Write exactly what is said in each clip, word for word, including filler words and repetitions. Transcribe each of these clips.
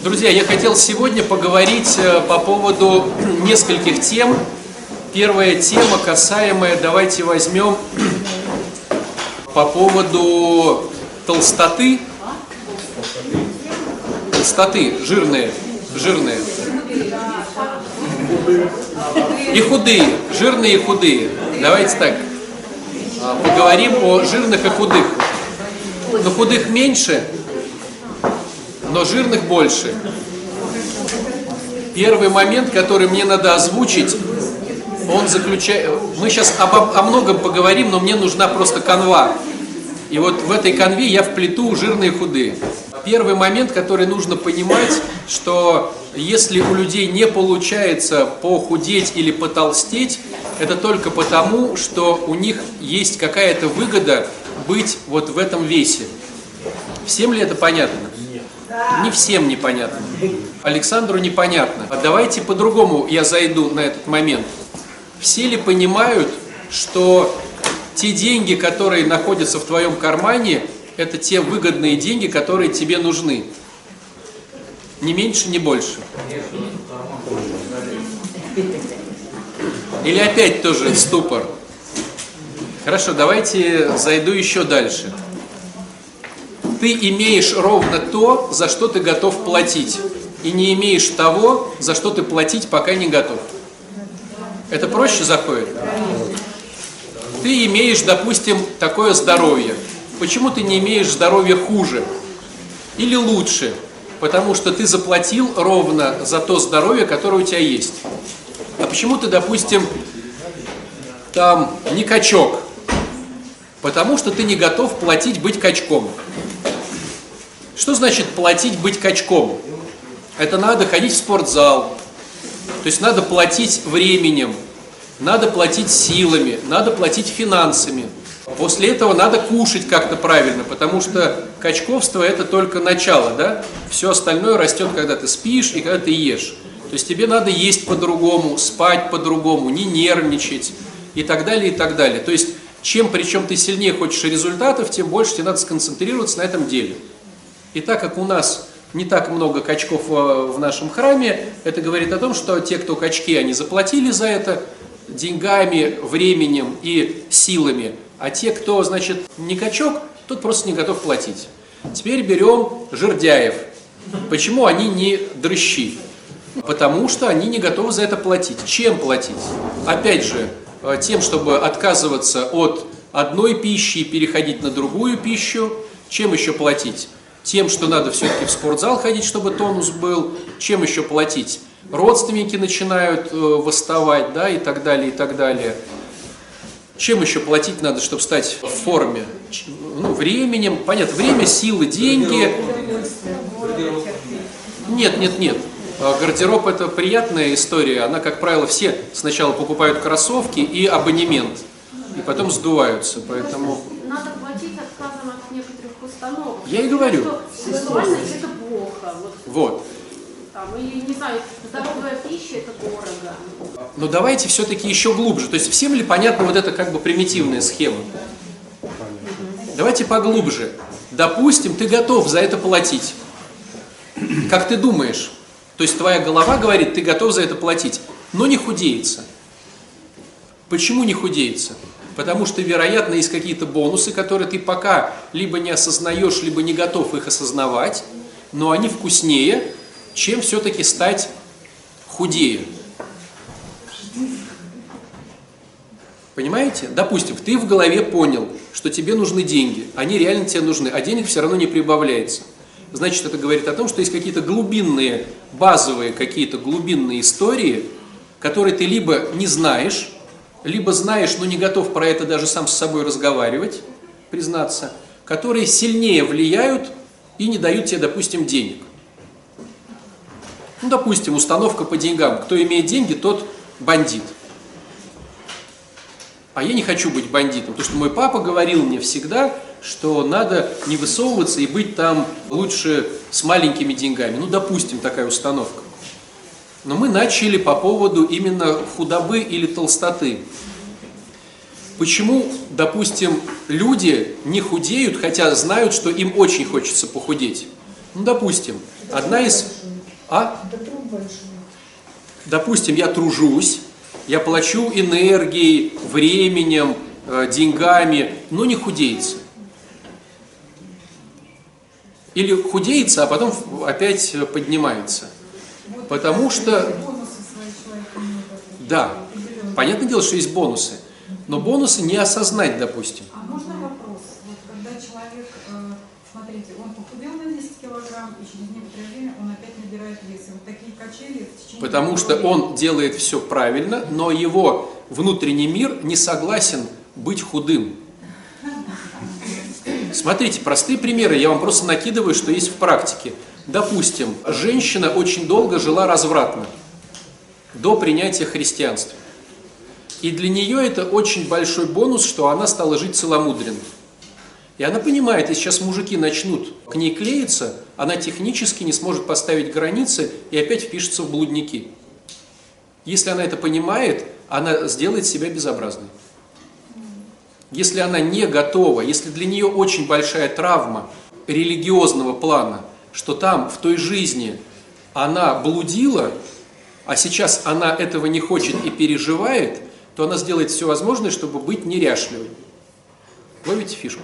Друзья, я хотел сегодня поговорить по поводу нескольких тем. Первая тема, касаемая, давайте возьмем по поводу толстоты. Толстоты, жирные, жирные. И худые, жирные и худые. Давайте так, поговорим о жирных и худых. Но худых меньше, но жирных больше. Первый момент, который мне надо озвучить, он заключает... Мы сейчас об, о многом поговорим, но мне нужна просто канва. И вот в этой канве я вплету жирные и худые. Первый момент, который нужно понимать, что если у людей не получается похудеть или потолстеть, это только потому, что у них есть какая-то выгода быть вот в этом весе. Всем ли это понятно? Не всем непонятно. Александру непонятно. А давайте по-другому я зайду на этот момент. Все ли понимают, что те деньги, которые находятся в твоем кармане, это те выгодные деньги, которые тебе нужны? Ни меньше, ни больше. Или опять тоже ступор? Хорошо, давайте зайду еще дальше. Ты имеешь ровно то, за что ты готов платить, и не имеешь того, за что ты платить пока не готов. Это проще заходит? Ты имеешь, допустим, такое здоровье. Почему ты не имеешь здоровья хуже или лучше? Потому что ты заплатил ровно за то здоровье, которое у тебя есть. А почему ты, допустим, там не качок? Потому что ты не готов платить быть качком. Что значит платить быть качком? Это надо ходить в спортзал, то есть надо платить временем, надо платить силами, надо платить финансами. После этого надо кушать как-то правильно, потому что качковство это только начало, да? Все остальное растет, когда ты спишь и когда ты ешь. То есть тебе надо есть по-другому, спать по-другому, не нервничать и так далее, и так далее. То есть чем причем ты сильнее хочешь результатов, тем больше тебе надо сконцентрироваться на этом деле. И так как у нас не так много качков в нашем храме, это говорит о том, что те, кто качки, они заплатили за это деньгами, временем и силами, а те, кто, значит, не качок, тот просто не готов платить. Теперь берем жердяев. Почему они не дрыщи? Потому что они не готовы за это платить. Чем платить? Опять же, тем, чтобы отказываться от одной пищи и переходить на другую пищу. Чем еще платить? Тем, что надо все-таки в спортзал ходить, чтобы тонус был. Чем еще платить? Родственники начинают э, восставать, да, и так далее, и так далее. Чем еще платить надо, чтобы стать в форме? Ну, временем, понятно, время, силы, деньги. Нет, нет, нет. Гардероб – это приятная история. Она, как правило, все сначала покупают кроссовки и абонемент, и потом сдуваются, поэтому... Надо платить отказом от некоторых установок. Я и говорю. Что сексуально это плохо. Вот. Вот. Там, и, не знаю, здоровая пища это дорого. Но давайте все-таки еще глубже. То есть всем ли понятна вот эта как бы примитивная схема? Давайте поглубже. Допустим, ты готов за это платить. Как ты думаешь? То есть твоя голова говорит, ты готов за это платить, но не худеется. Почему не худеется? Потому что, вероятно, есть какие-то бонусы, которые ты пока либо не осознаешь, либо не готов их осознавать, но они вкуснее, чем все-таки стать худее. Понимаете? Допустим, ты в голове понял, что тебе нужны деньги, они реально тебе нужны, а денег все равно не прибавляется. Значит, это говорит о том, что есть какие-то глубинные, базовые какие-то глубинные истории, которые ты либо не знаешь, либо знаешь, но не готов про это даже сам с собой разговаривать, признаться, которые сильнее влияют и не дают тебе, допустим, денег. Ну, допустим, установка по деньгам. Кто имеет деньги, тот бандит. А я не хочу быть бандитом, потому что мой папа говорил мне всегда, что надо не высовываться и быть там лучше с маленькими деньгами. Ну, допустим, такая установка. Но мы начали по поводу именно худобы или толстоты. Почему, допустим, люди не худеют, хотя знают, что им очень хочется похудеть? Ну, допустим, одна из А? Это труд большой. Допустим, я тружусь, я плачу энергией, временем, э, деньгами, но не худеется. Или худеется, а потом опять поднимается. Вот Потому что, бонусы свои человек имеет. да, понятное дело, что есть бонусы, но бонусы не осознать, допустим. А можно вопрос? Вот когда человек, э, смотрите, он похудел на десять килограмм, и через некоторое время он опять набирает вес. И вот такие качели в течение... Потому что он делает все правильно, но его внутренний мир не согласен быть худым. Смотрите, простые примеры, я вам просто накидываю, что есть в практике. Допустим, женщина очень долго жила развратно, до принятия христианства. И для нее это очень большой бонус, что она стала жить целомудренно. И она понимает, если сейчас мужики начнут к ней клеиться, она технически не сможет поставить границы и опять впишется в блудники. Если она это понимает, она сделает себя безобразной. Если она не готова, если для нее очень большая травма религиозного плана, что там, в той жизни, она блудила, а сейчас она этого не хочет и переживает, то она сделает все возможное, чтобы быть неряшливой. Ловите фишку?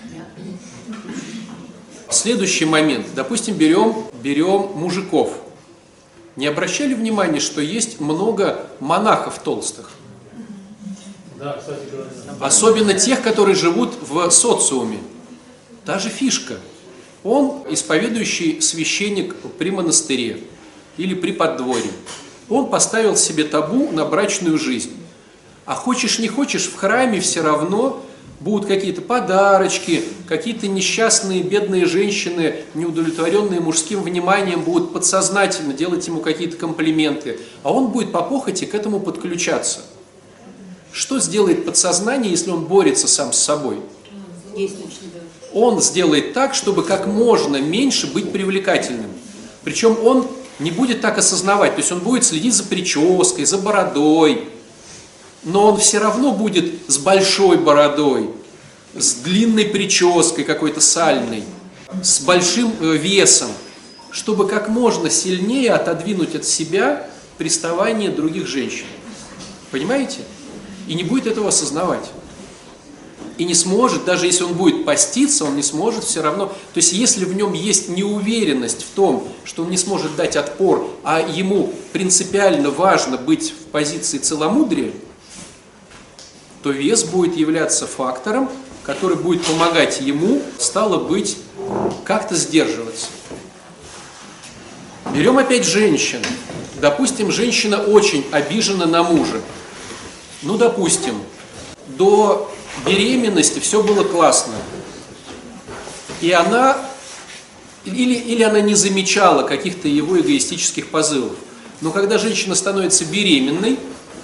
Следующий момент. Допустим, берем, берем мужиков. Не обращали внимания, что есть много монахов толстых? Да, кстати говоря. Особенно тех, которые живут в социуме. Та же фишка. Он исповедующий священник при монастыре или при подворье. Он поставил себе табу на брачную жизнь. А хочешь не хочешь, в храме все равно будут какие-то подарочки, какие-то несчастные бедные женщины, неудовлетворенные мужским вниманием, будут подсознательно делать ему какие-то комплименты. А он будет по похоти к этому подключаться. Что сделает подсознание, если он борется сам с собой? Он сделает так, чтобы как можно меньше быть привлекательным. Причем он не будет так осознавать, то есть он будет следить за прической, за бородой, но он все равно будет с большой бородой, с длинной прической какой-то сальной, с большим весом, чтобы как можно сильнее отодвинуть от себя приставание других женщин. Понимаете? И не будет этого осознавать. И не сможет, даже если он будет поститься, он не сможет все равно. То есть если в нем есть неуверенность в том, что он не сможет дать отпор, а ему принципиально важно быть в позиции целомудрия, то вес будет являться фактором, который будет помогать ему, стало быть, как-то сдерживаться. Берем опять женщину. Допустим, женщина очень обижена на мужа. Ну, допустим, до беременности все было классно. И она, или, или она не замечала каких-то его эгоистических позывов. Но когда женщина становится беременной,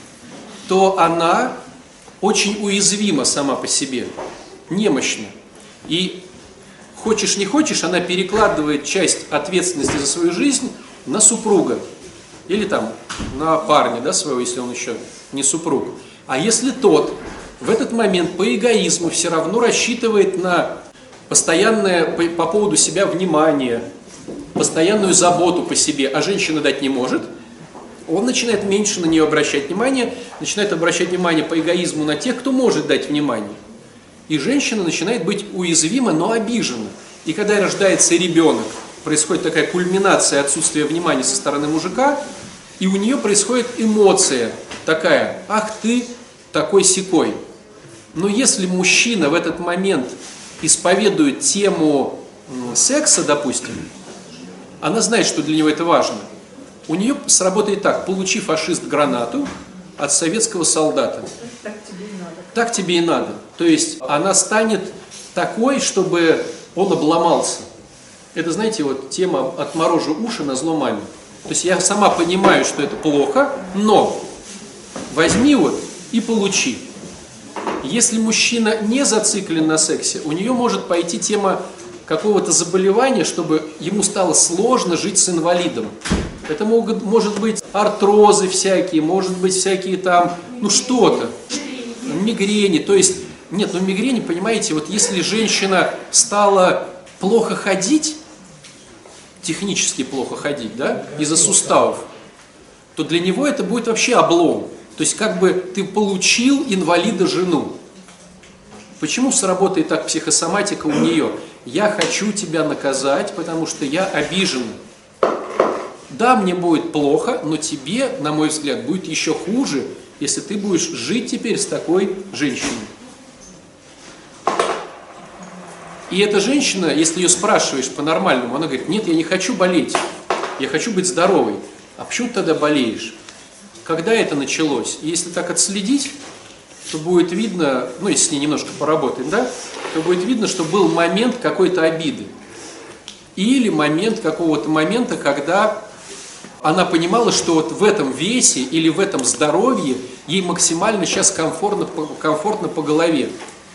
то она очень уязвима сама по себе, немощна. И хочешь не хочешь, она перекладывает часть ответственности за свою жизнь на супруга. Или там на парня, да, своего, если он еще не супруг. А если тот в этот момент по эгоизму все равно рассчитывает на постоянное по, по поводу себя внимание, постоянную заботу по себе, а женщина дать не может, он начинает меньше на нее обращать внимание, начинает обращать внимание по эгоизму на тех, кто может дать внимание. И женщина начинает быть уязвима, но обижена. И когда рождается ребенок, происходит такая кульминация отсутствия внимания со стороны мужика, и у нее происходит эмоция такая: ах ты такой-сякой. Но если мужчина в этот момент исповедует тему секса, допустим, она знает, что для него это важно, у нее сработает так: получи, фашист, гранату от советского солдата. Так тебе и надо. Так тебе и надо. То есть она станет такой, чтобы он обломался. Это, знаете, вот тема «отморожу уши на зло маме». То есть я сама понимаю, что это плохо, но возьми вот и получи. Если мужчина не зациклен на сексе, у нее может пойти тема какого-то заболевания, чтобы ему стало сложно жить с инвалидом. Это могут, может быть артрозы всякие, может быть всякие там, ну что-то, мигрени. То есть, нет, ну мигрени, понимаете, вот если женщина стала плохо ходить, технически плохо ходить, да, из-за суставов, то для него это будет вообще облом. То есть как бы ты получил инвалида жену. Почему сработает так психосоматика у нее? Я хочу тебя наказать, потому что я обижена. Да, мне будет плохо, но тебе, на мой взгляд, будет еще хуже, если ты будешь жить теперь с такой женщиной. И эта женщина, если ее спрашиваешь по-нормальному, она говорит: нет, я не хочу болеть, я хочу быть здоровой. А почему ты тогда болеешь? Когда это началось? И если так отследить, то будет видно, ну если с ней немножко поработаем, да, то будет видно, что был момент какой-то обиды. Или момент какого-то момента, когда она понимала, что вот в этом весе или в этом здоровье ей максимально сейчас комфортно, комфортно по голове.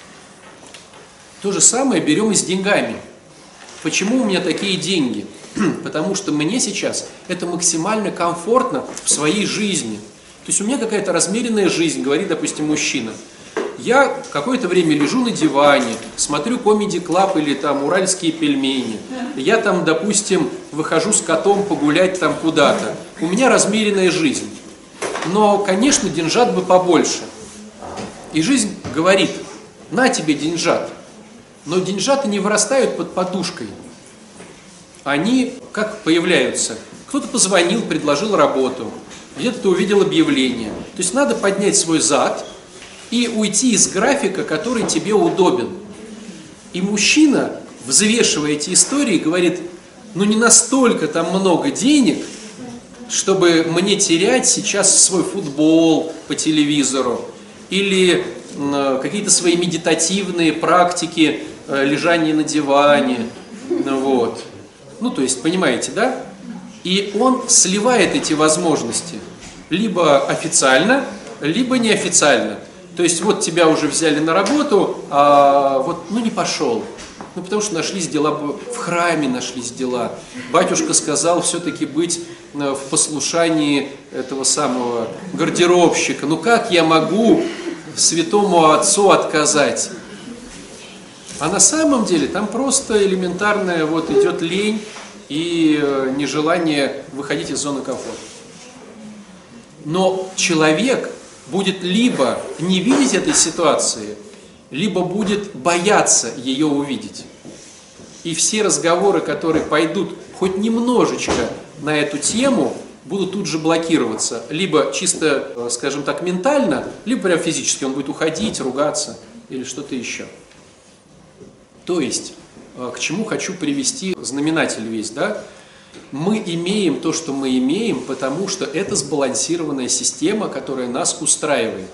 То же самое берем и с деньгами. Почему у меня такие деньги? Потому что мне сейчас это максимально комфортно в своей жизни. То есть у меня какая-то размеренная жизнь, говорит, допустим, мужчина. Я какое-то время лежу на диване, смотрю Comedy Club или там уральские пельмени. Я там, допустим, выхожу с котом погулять там куда-то. У меня размеренная жизнь. Но, конечно, деньжат бы побольше. И жизнь говорит: на тебе деньжат. Но деньжаты не вырастают под подушкой. Они как появляются? Кто-то позвонил, предложил работу, где-то ты увидел объявление. То есть надо поднять свой зад и уйти из графика, который тебе удобен. И мужчина, взвешивая эти истории, говорит: ну не настолько там много денег, чтобы мне терять сейчас свой футбол по телевизору или э, какие-то свои медитативные практики, э, лежания на диване, вот. Ну, то есть, понимаете, да? И он сливает эти возможности либо официально, либо неофициально. То есть, вот тебя уже взяли на работу, а вот, ну, не пошел. Ну, потому что нашлись дела, в храме нашлись дела. Батюшка сказал все-таки быть в послушании этого самого гардеробщика. Ну, как я могу святому отцу отказать? А на самом деле там просто элементарная вот идет лень и нежелание выходить из зоны комфорта. Но человек будет либо не видеть этой ситуации, либо будет бояться ее увидеть. И все разговоры, которые пойдут хоть немножечко на эту тему, будут тут же блокироваться. Либо чисто, скажем так, ментально, либо прям физически он будет уходить, ругаться или что-то еще. То есть, к чему хочу привести знаменатель весь, да? Мы имеем то, что мы имеем, потому что это сбалансированная система, которая нас устраивает.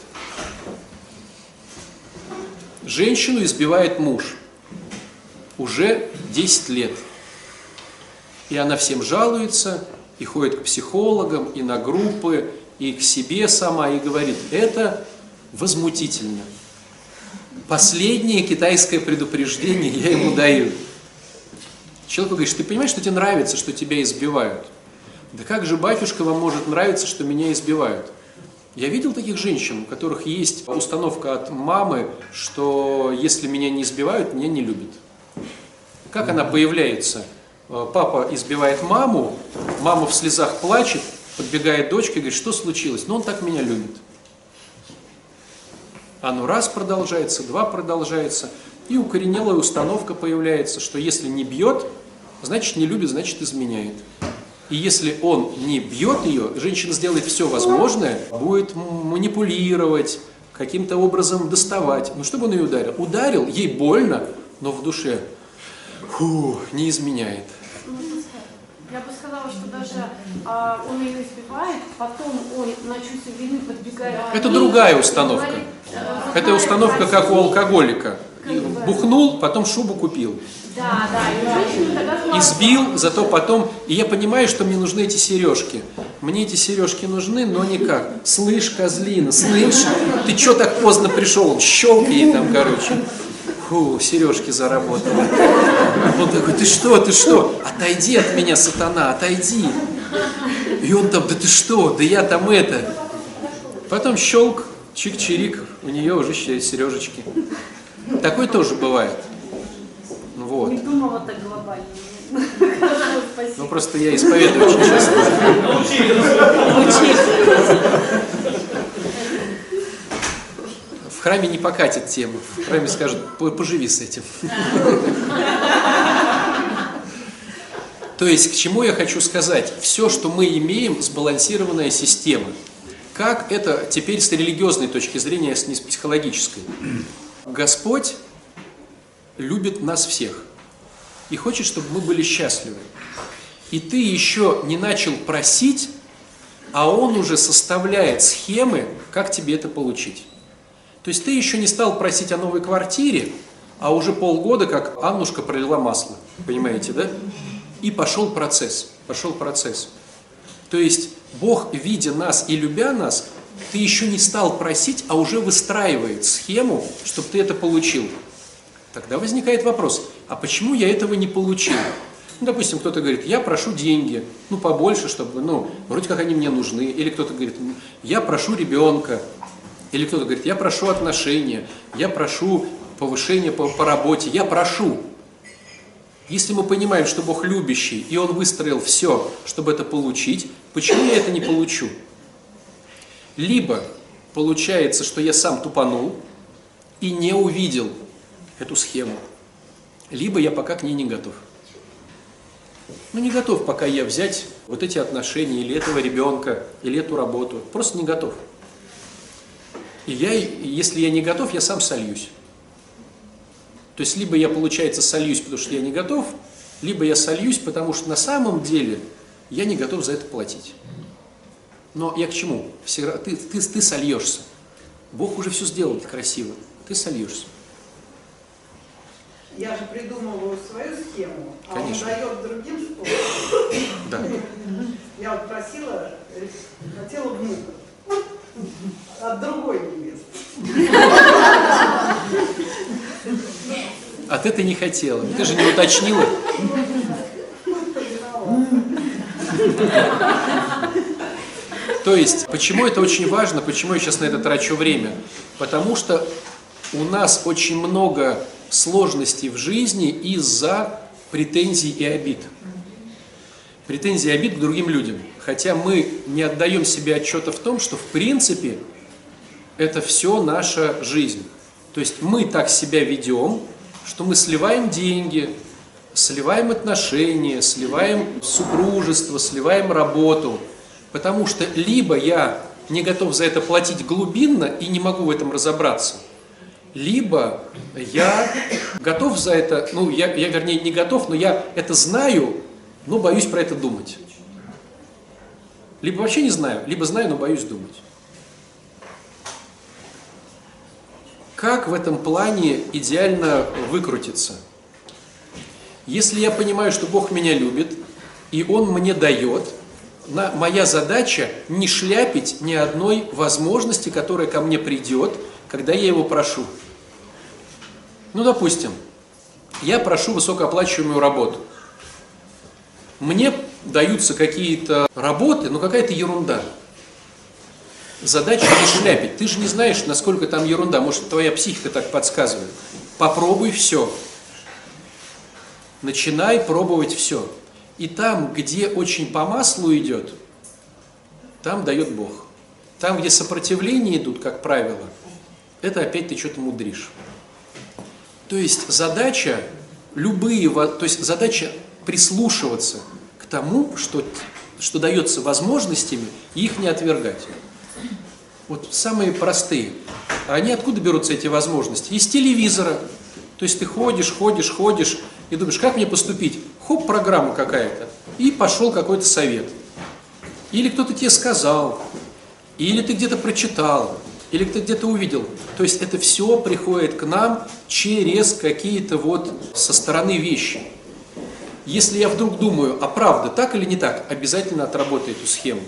Женщину избивает муж уже десять лет. И она всем жалуется, и ходит к психологам, и на группы, и к себе сама, и говорит: это возмутительно. Последнее китайское предупреждение я ему даю. Человек говорит: ты понимаешь, что тебе нравится, что тебя избивают? Да как же, батюшка, вам может нравиться, что меня избивают? Я видел таких женщин, у которых есть установка от мамы, что если меня не избивают, меня не любят. Как она появляется? Папа избивает маму, мама в слезах плачет, подбегает дочка и говорит: что случилось? Ну он так меня любит. Оно раз продолжается, два продолжается, и укоренелая установка появляется, что если не бьет, значит не любит, значит изменяет. И если он не бьет ее, женщина сделает все возможное, будет манипулировать, каким-то образом доставать. Ну, чтобы он ее ударил? Ударил, ей больно, но в душе фу, не изменяет. Я бы сказала, что даже а, он ее избивает, потом он на чувство вины подбегает. Это другая установка. Говорит, э, Это установка, как у алкоголика. Бухнул, потом шубу купил. Да, да. И избил, зато потом... И я понимаю, что мне нужны эти сережки. Мне эти сережки нужны, но никак. Слышь, козлина, слышь, ты что так поздно пришел? Щелк ей там, короче. Фу, сережки заработал. Он такой: ты что, ты что? Отойди от меня, сатана, отойди. И он там: да ты что, да я там это. Потом щелк, чик-чирик, у нее уже сережечки. Такое тоже бывает. Вот. Не думала так глобально. Спасибо. Ну, просто я исповедую очень часто. В храме не покатит тему. В храме скажут, поживи с этим. То есть, к чему я хочу сказать? Все, что мы имеем, сбалансированная система. Как это теперь с религиозной точки зрения, не с психологической? Господь любит нас всех и хочет, чтобы мы были счастливы. И ты еще не начал просить, а Он уже составляет схемы, как тебе это получить. То есть ты еще не стал просить о новой квартире, а уже полгода, как Аннушка пролила масло. Понимаете, да? И пошел процесс. Пошел процесс. То есть Бог, видя нас и любя нас, ты еще не стал просить, а уже выстраивает схему, чтобы ты это получил. Тогда возникает вопрос, а почему я этого не получил? Ну, допустим, кто-то говорит, я прошу деньги, ну, побольше, чтобы, ну, вроде как они мне нужны. Или кто-то говорит, я прошу ребенка. Или кто-то говорит, я прошу отношения, я прошу повышения по, по работе, я прошу. Если мы понимаем, что Бог любящий, и Он выстроил все, чтобы это получить, почему я это не получу? Либо получается, что я сам тупанул и не увидел эту схему, либо я пока к ней не готов. Ну, не готов пока я взять вот эти отношения, или этого ребенка, или эту работу. Просто не готов. И я, если я не готов, я сам сольюсь. То есть, либо я, получается, сольюсь, потому что я не готов, либо я сольюсь, потому что на самом деле я не готов за это платить. Но я к чему? Всегда, ты, ты, ты сольешься. Бог уже все сделал красиво. Ты сольешься. Я же придумываю свою схему, а Конечно. Он дает другим способом. Да. Я вот просила, хотела внука от другой невесты. А ты-то не хотела. Ты же не уточнила. То есть, почему это очень важно, почему я сейчас на это трачу время? Потому что у нас очень много сложностей в жизни из-за претензий и обид. Претензий и обид к другим людям. Хотя мы не отдаем себе отчета в том, что в принципе это все наша жизнь. То есть мы так себя ведем, что мы сливаем деньги, сливаем отношения, сливаем супружество, сливаем работу. Потому что либо я не готов за это платить глубинно и не могу в этом разобраться, либо я готов за это, ну, я, я вернее не готов, но я это знаю, но боюсь про это думать. Либо вообще не знаю, либо знаю, но боюсь думать. Как в этом плане идеально выкрутиться? Если я понимаю, что Бог меня любит, и Он мне дает, на, моя задача не шляпить ни одной возможности, которая ко мне придет, когда я Его прошу. Ну, допустим, я прошу высокооплачиваемую работу. Мне даются какие-то работы, но какая-то ерунда. Задача не шляпить. Ты же не знаешь, насколько там ерунда. Может, твоя психика так подсказывает. Попробуй все. Начинай пробовать все. И там, где очень по маслу идет, там дает Бог. Там, где сопротивления идут, как правило, это опять ты что-то мудришь. То есть задача любые, то есть задача прислушиваться к тому, что, что дается возможностями, и их не отвергать. Вот самые простые. А они откуда берутся, эти возможности? Из телевизора. То есть ты ходишь, ходишь, ходишь и думаешь, как мне поступить? Хоп, программа какая-то. И пошел какой-то совет. Или кто-то тебе сказал, или ты где-то прочитал, или ты где-то увидел. То есть это все приходит к нам через какие-то вот со стороны вещи. Если я вдруг думаю, а правда, так или не так, обязательно отработай эту схему.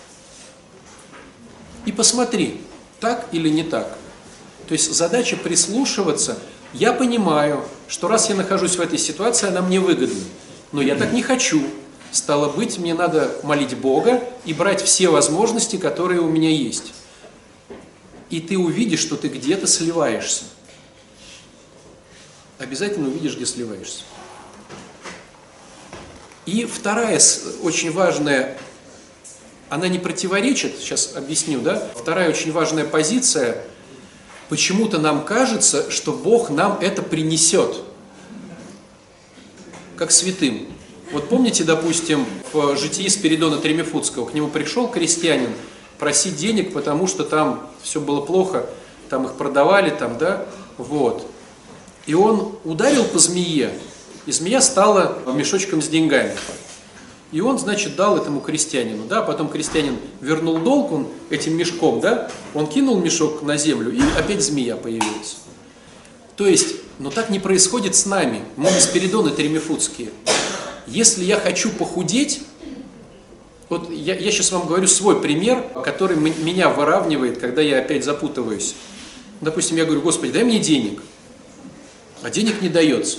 И посмотри, так или не так. То есть задача прислушиваться. Я понимаю, что раз я нахожусь в этой ситуации, она мне выгодна. Но я так не хочу. Стало быть, мне надо молить Бога и брать все возможности, которые у меня есть. И ты увидишь, что ты где-то сливаешься. Обязательно увидишь, где сливаешься. И вторая очень важная, она не противоречит, сейчас объясню, да? Вторая очень важная позиция, почему-то нам кажется, что Бог нам это принесет, как святым. Вот помните, допустим, в житии Спиридона Тремифутского, к нему пришел крестьянин просить денег, потому что там все было плохо, там их продавали, там, да, вот. И он ударил по змее, и змея стала мешочком с деньгами. И он, значит, дал этому крестьянину, да, потом крестьянин вернул долг, он этим мешком, да, он кинул мешок на землю, и опять змея появилась. То есть, но так не происходит с нами, мы не Спиридоны Тремифутские. Если я хочу похудеть, вот я, я сейчас вам говорю свой пример, который м- меня выравнивает, когда я опять запутываюсь. Допустим, я говорю: Господи, дай мне денег, а денег не дается.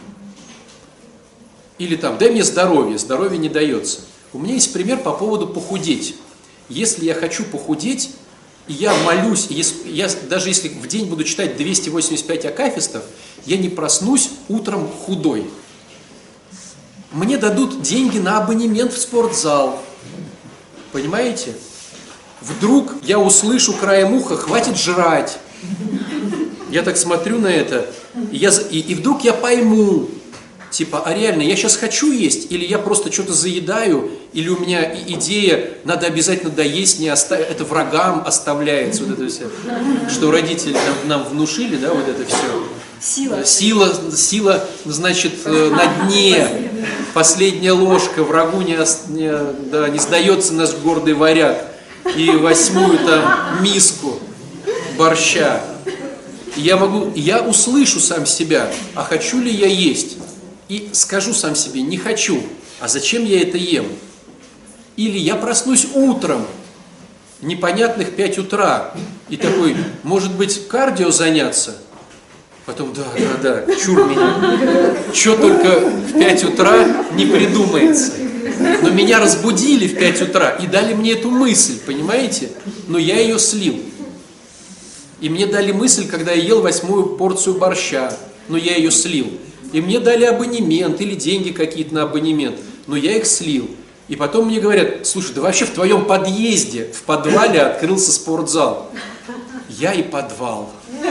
Или там, дай мне здоровье, здоровье не дается. У меня есть пример по поводу похудеть. Если я хочу похудеть, и я молюсь, и если, я, даже если в день буду читать двести восемьдесят пять акафистов, я не проснусь утром худой. Мне дадут деньги на абонемент в спортзал. Понимаете? Вдруг я услышу краем уха: хватит жрать. Я так смотрю на это, и, я, и, и вдруг я пойму, типа, а реально, я сейчас хочу есть, или я просто что-то заедаю, или у меня идея, надо обязательно доесть, не оставить, это врагам оставляется, вот это все, что родители нам, нам внушили, да, вот это все. Сила. Сила, сила, значит, на дне, последняя ложка, врагу не, не, да, не сдается наш гордый варяг, и восьмую там миску борща. И я могу, я услышу сам себя, а хочу ли я есть? И скажу сам себе: не хочу, а зачем я это ем? Или я проснусь утром, непонятных пять утра, и такой: может быть, кардио заняться? Потом: да, да, да, чур меня. Что только в пять утра не придумается. Но меня разбудили в пять утра и дали мне эту мысль, понимаете? Но я ее слил. И мне дали мысль, когда я ел восьмую порцию борща, но я ее слил. И мне дали абонемент или деньги какие-то на абонемент, но я их слил. И потом мне говорят: слушай, да вообще в твоем подъезде, в подвале открылся спортзал. Я и подвал.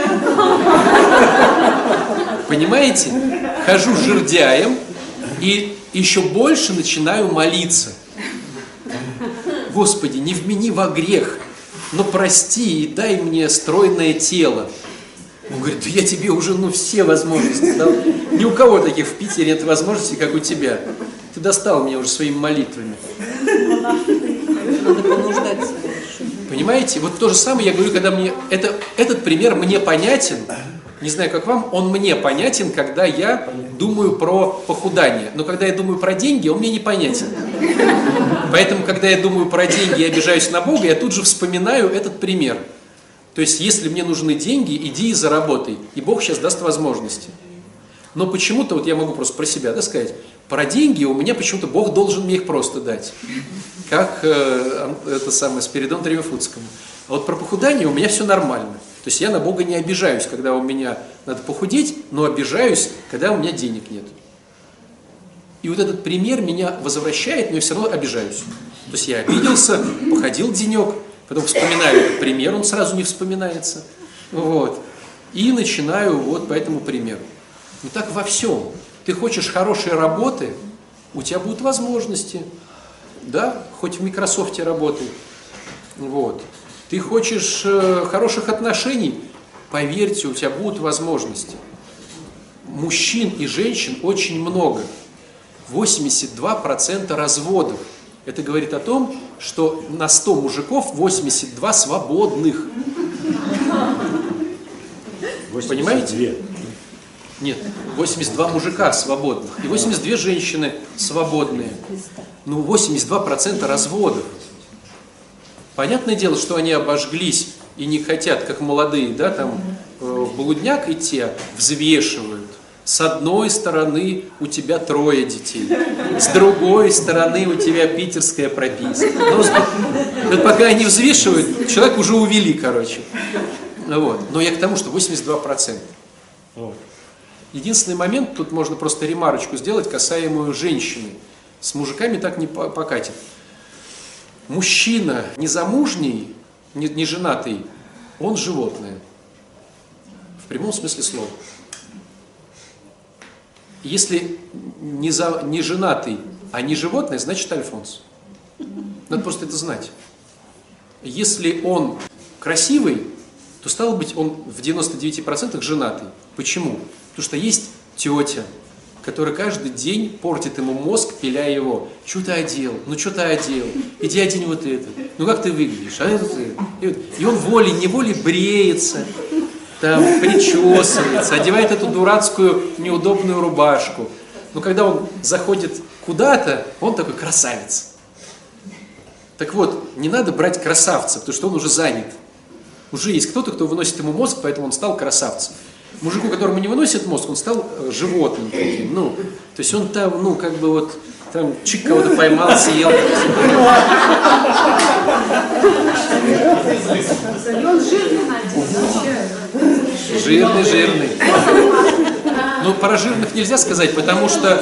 Понимаете? Хожу жердяем и еще больше начинаю молиться. Господи, не вмени во грех, но прости и дай мне стройное тело. Он говорит: да я тебе уже, ну, все возможности дал. Ни у кого таких в Питере нет возможностей, как у тебя. Ты достал меня уже своими молитвами. Надо понуждать себя. Понимаете? Вот то же самое я говорю, когда мне... Это, этот пример мне понятен, не знаю, как вам, он мне понятен, когда я думаю про похудание. Но когда я думаю про деньги, он мне непонятен. Поэтому, когда я думаю про деньги и обижаюсь на Бога, я тут же вспоминаю этот пример. То есть, если мне нужны деньги, иди и заработай. И Бог сейчас даст возможности. Но почему-то, вот я могу просто про себя, да, сказать, про деньги у меня почему-то Бог должен мне их просто дать. Как э, это самое Спиридону Тремифутскому. А вот про похудание у меня все нормально. То есть я на Бога не обижаюсь, когда у меня надо похудеть, но обижаюсь, когда у меня денег нет. И вот этот пример меня возвращает, но я все равно обижаюсь. То есть я обиделся, походил денек, потом вспоминаю этот пример, он сразу не вспоминается. Вот. И начинаю вот по этому примеру. И так во всем. Ты хочешь хорошей работы, у тебя будут возможности. Да, хоть в Microsoft работай. Вот. Ты хочешь э, хороших отношений, поверьте, у тебя будут возможности. Мужчин и женщин очень много. восемьдесят два процента разводов. Это говорит о том, что на сто мужиков восемьдесят два свободных. Вы понимаете? Нет, восемьдесят два мужика свободных и восемьдесят две женщины свободные. Ну, восемьдесят два процента разводов. Понятное дело, что они обожглись и не хотят, как молодые, да, там в блудняк идти, взвешивают. С одной стороны у тебя трое детей, с другой стороны у тебя питерская прописка. Но, вот пока они взвешивают, человек уже увели, короче. Вот. Но я к тому, что восемьдесят два процента. Вот. Единственный момент, тут можно просто ремарочку сделать, касаемую женщины. С мужиками так не покатит. Мужчина незамужний, не, не женатый, он животное. В прямом смысле слова. Если не, за, не женатый, а не животное, значит альфонс. Надо просто это знать. Если он красивый, то стало быть, он в девяноста девяти процентах женатый. Почему? Потому что есть тетя, которая каждый день портит ему мозг, пиляя его. Что ты одел? Ну что ты одел? Иди одень вот это. Ну как ты выглядишь? А это ты? И, вот. И он волей-неволей бреется, там, причесывается, одевает эту дурацкую неудобную рубашку. Но когда он заходит куда-то, он такой красавец. Так вот, не надо брать красавца, потому что он уже занят. Уже есть кто-то, кто выносит ему мозг, поэтому он стал красавцем. Мужику, которому не выносит мозг, он стал животным таким. Ну, то есть он там, ну, как бы вот, там, чик кого-то поймал, съел. И он жирный, Надя. Жирный, жирный. Ну, про жирных нельзя сказать, потому что...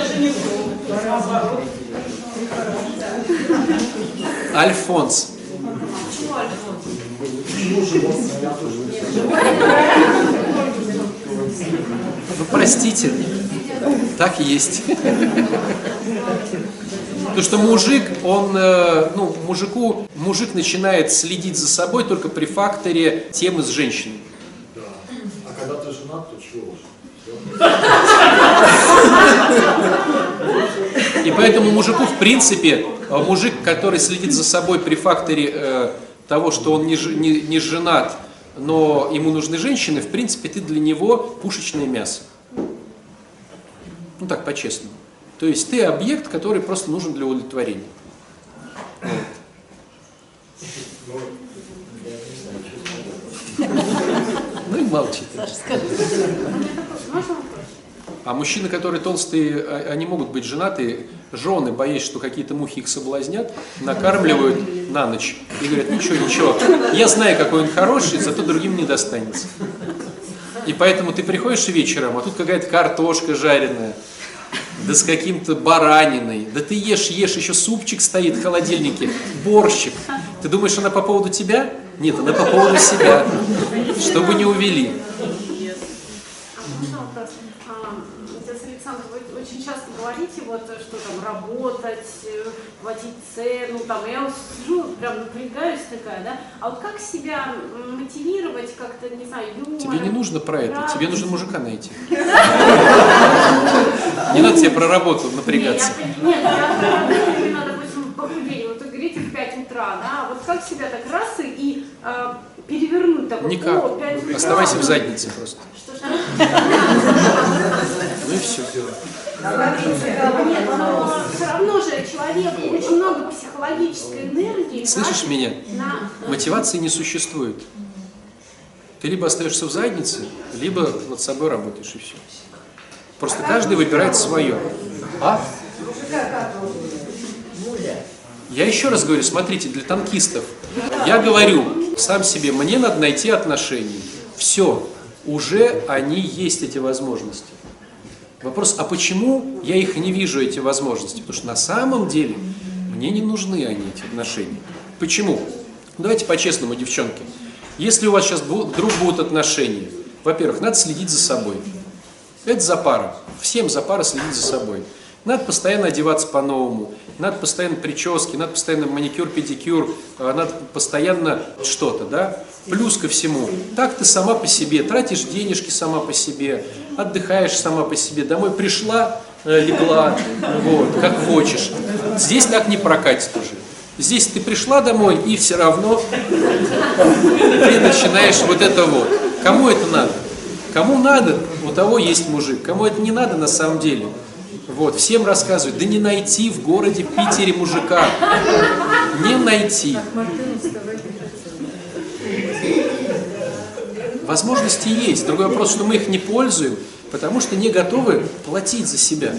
Альфонс. Почему Альфонс? Ну, простите, так и есть. Потому что мужик, он, ну, мужику, мужик начинает следить за собой только при факторе темы с женщиной. Да. А когда ты женат, то чего уж? И поэтому мужику, в принципе, мужик, который следит за собой при факторе э, того, что он не, не, не женат, но ему нужны женщины, в принципе, ты для него пушечное мясо. Ну так, по-честному. То есть ты объект, который просто нужен для удовлетворения. Вот. Ну и молчит. А мужчины, которые толстые, они могут быть женаты, жены, боясь, что какие-то мухи их соблазнят, накармливают на ночь и говорят: ничего, ничего, я знаю, какой он хороший, зато другим не достанется. И поэтому ты приходишь вечером, а тут какая-то картошка жареная, да с каким-то бараниной, да ты ешь, ешь, еще супчик стоит в холодильнике, борщик. Ты думаешь, она по поводу тебя? Нет, она по поводу себя, чтобы не увели. Очень часто говорите, вот, что там работать, платить цену, там, я вот сижу, прям напрягаюсь такая, да, а вот как себя мотивировать как-то, не знаю, юмором? Тебе не нужно про это, радость. тебе нужно мужика найти. Не надо тебе про работу напрягаться. Нет, я про именно, допустим, похудение, вот вы говорите в пять утра, да, вот как себя так раз и э, перевернуть так вот, Никак. о, пять утра. Оставайся в заднице просто. Что-что? Ну и все. Нет, но все равно же человеку очень много психологической энергии. Слышишь меня? На... Мотивации не существует. Ты либо остаешься в заднице, либо над собой работаешь, и все. Просто каждый выбирает свое. А? Я еще раз говорю, смотрите, для танкистов. Я говорю сам себе, мне надо найти отношения. Все, уже они есть, эти возможности. Вопрос, а почему я их не вижу, эти возможности? Потому что на самом деле мне не нужны они, эти отношения. Почему? Ну, давайте по-честному, девчонки. Если у вас сейчас вдруг будут отношения, во-первых, надо следить за собой. Это за пара. Всем за пара следить за собой. Надо постоянно одеваться по-новому, надо постоянно прически, надо постоянно маникюр, педикюр, надо постоянно что-то, да? Плюс ко всему, так ты сама по себе, тратишь денежки сама по себе, отдыхаешь сама по себе, домой пришла, легла, вот, как хочешь. Здесь так не прокатит уже. Здесь ты пришла домой, и все равно ты начинаешь вот это вот. Кому это надо? Кому надо, у того есть мужик. Кому это не надо на самом деле? Вот, всем рассказывают, да не найти в городе Питере мужика. Не найти. Возможности есть. Другой вопрос, что мы их не пользуем, потому что не готовы платить за себя.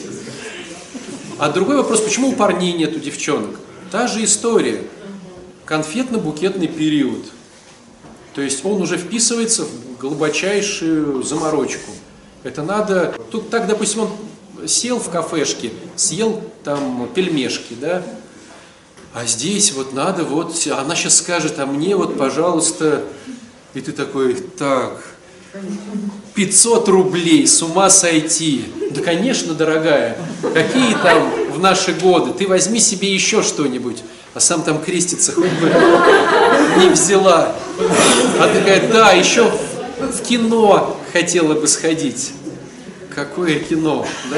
А другой вопрос, почему у парней нету девчонок? Та же история. Конфетно-букетный период. То есть он уже вписывается в глубочайшую заморочку. Это надо... Тут так, допустим, он сел в кафешке, съел там пельмешки, да? А здесь вот надо вот, она сейчас скажет, а мне вот, пожалуйста, и ты такой, так, пятьсот рублей, с ума сойти. Да, конечно, дорогая, какие там в наши годы, ты возьми себе еще что-нибудь, а сам там креститься хоть бы не взяла. А ты такая, да, еще в кино хотела бы сходить. Какое кино, да?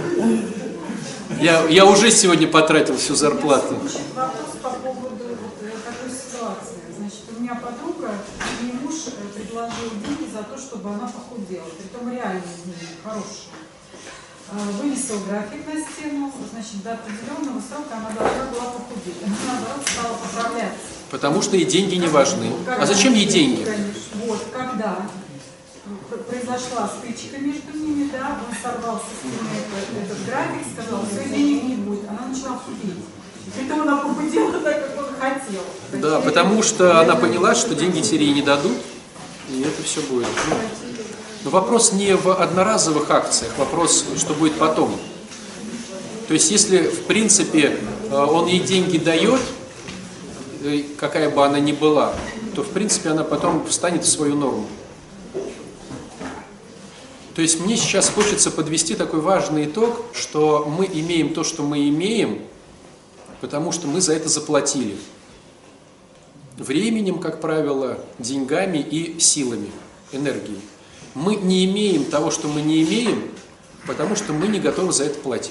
Я, я уже сегодня потратил всю зарплату. Вопрос по поводу вот такой ситуации. Значит, у меня подруга, и муж предложил деньги за то, чтобы она похудела. Притом реальные деньги, хорошие. Вывесил график на стену, значит, до определенного срока она должна была похудеть. Она, наоборот, стала поправляться. Потому что ей деньги не важны. А зачем ей деньги? Конечно. Вот, когда произошла стычка между ними, да, он сорвал со стены этот, этот график, сказал, все, денег не будет. Она начала худеть. Притом она похудела так, как он хотел. Да, потому что она поняла, что деньги теперь ей не дадут, и это все будет. Но вопрос не в одноразовых акциях, вопрос, что будет потом. То есть, если, в принципе, он ей деньги дает, какая бы она ни была, то, в принципе, она потом встанет в свою норму. То есть, мне сейчас хочется подвести такой важный итог, что мы имеем то, что мы имеем, потому что мы за это заплатили. Временем, как правило, деньгами и силами, энергией. Мы не имеем того, что мы не имеем, потому что мы не готовы за это платить.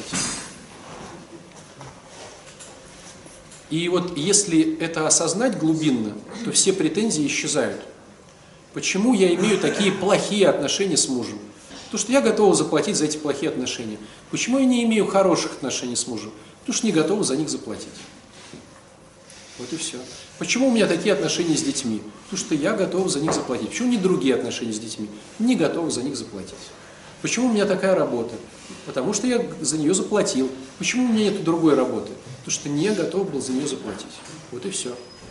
И вот если это осознать глубинно, то все претензии исчезают. Почему я имею такие плохие отношения с мужем? Потому что я готова заплатить за эти плохие отношения. Почему я не имею хороших отношений с мужем? Потому что не готова за них заплатить. Вот и все. Почему у меня такие отношения с детьми? Потому что я готов за них заплатить. Почему не другие отношения с детьми? Не готов за них заплатить. Почему у меня такая работа? Потому что я за нее заплатил. Почему у меня нет другой работы? Потому что не готов был за нее заплатить. Вот и все.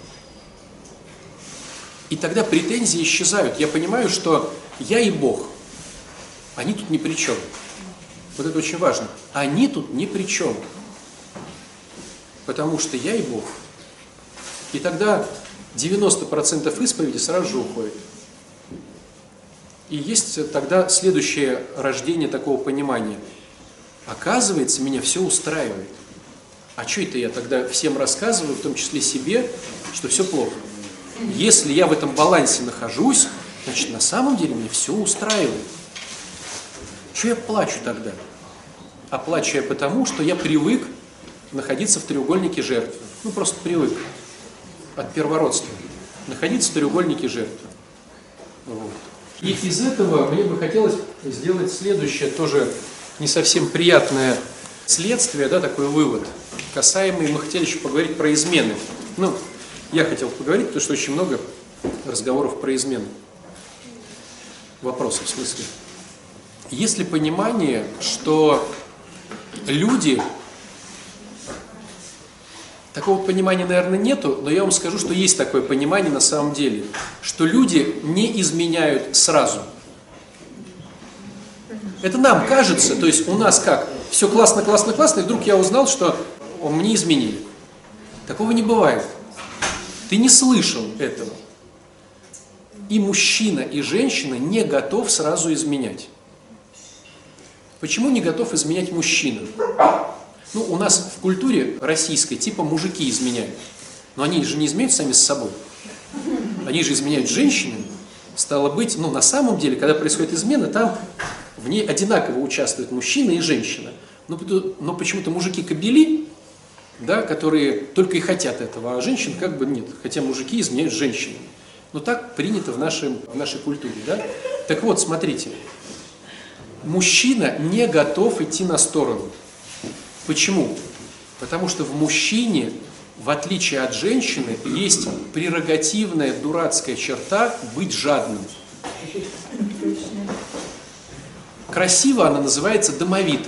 И тогда претензии исчезают. Я понимаю, что я и Бог. Они тут ни при чем. Вот это очень важно. Они тут ни при чем. Потому что я и Бог. И тогда девяносто процентов исповеди сразу же уходит. И есть тогда следующее рождение такого понимания. Оказывается, меня все устраивает. А что это я тогда всем рассказываю, в том числе себе, что все плохо? Если я в этом балансе нахожусь, значит, на самом деле меня все устраивает. Что я плачу тогда? А плачу я потому, что я привык находиться в треугольнике жертвы. Ну, просто привык. От первородства. Находиться в треугольнике жертвы. Вот. И из этого мне бы хотелось сделать следующее, тоже не совсем приятное следствие, да, такой вывод, касаемый, мы хотели еще поговорить про измены. Ну, я хотел поговорить, потому что очень много разговоров про измены. Вопросов в смысле. Есть ли понимание, что люди... Такого понимания, наверное, нету, но я вам скажу, что есть такое понимание на самом деле, что люди не изменяют сразу. Это нам кажется, то есть у нас как? Все классно, классно, классно, и вдруг я узнал, что мне изменили. Такого не бывает. Ты не слышал этого. И мужчина, и женщина не готов сразу изменять. Почему не готов изменять мужчина? Ну, у нас в культуре российской типа мужики изменяют. Но они же не изменяют сами с собой. Они же изменяют женщинами. Стало быть, ну, на самом деле, когда происходит измена, там в ней одинаково участвуют мужчина и женщина. Но, но почему-то мужики кобели, да, которые только и хотят этого, а женщин как бы нет. Хотя мужики изменяют с женщинами. Но так принято в, нашем, в нашей культуре. Да? Так вот, смотрите. Мужчина не готов идти на сторону. Почему? Потому что в мужчине, в отличие от женщины, есть прерогативная дурацкая черта быть жадным. Красиво она называется домовитым.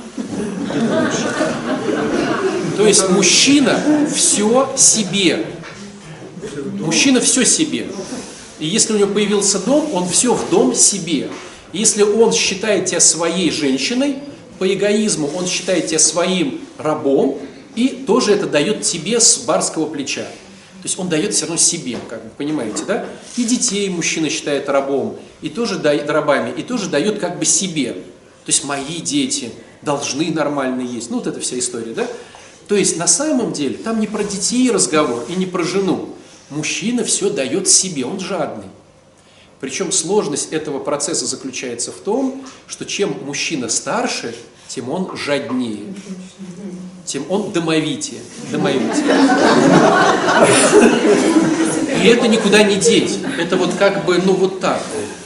То есть мужчина все себе. Мужчина все себе. И если у него появился дом, он все в дом себе. И если он считает тебя своей женщиной, по эгоизму он считает тебя своим рабом, и тоже это дает тебе с барского плеча. То есть он дает все равно себе, как вы понимаете, да? И детей мужчина считает рабом, и тоже дает рабами, и тоже дает как бы себе. То есть мои дети должны нормально есть. Ну вот эта вся история, да? То есть на самом деле там не про детей разговор и не про жену. Мужчина все дает себе, он жадный. Причем сложность этого процесса заключается в том, что чем мужчина старше, тем он жаднее, тем он домовитее. домовитее. И это никуда не деть. Это вот как бы, ну вот так.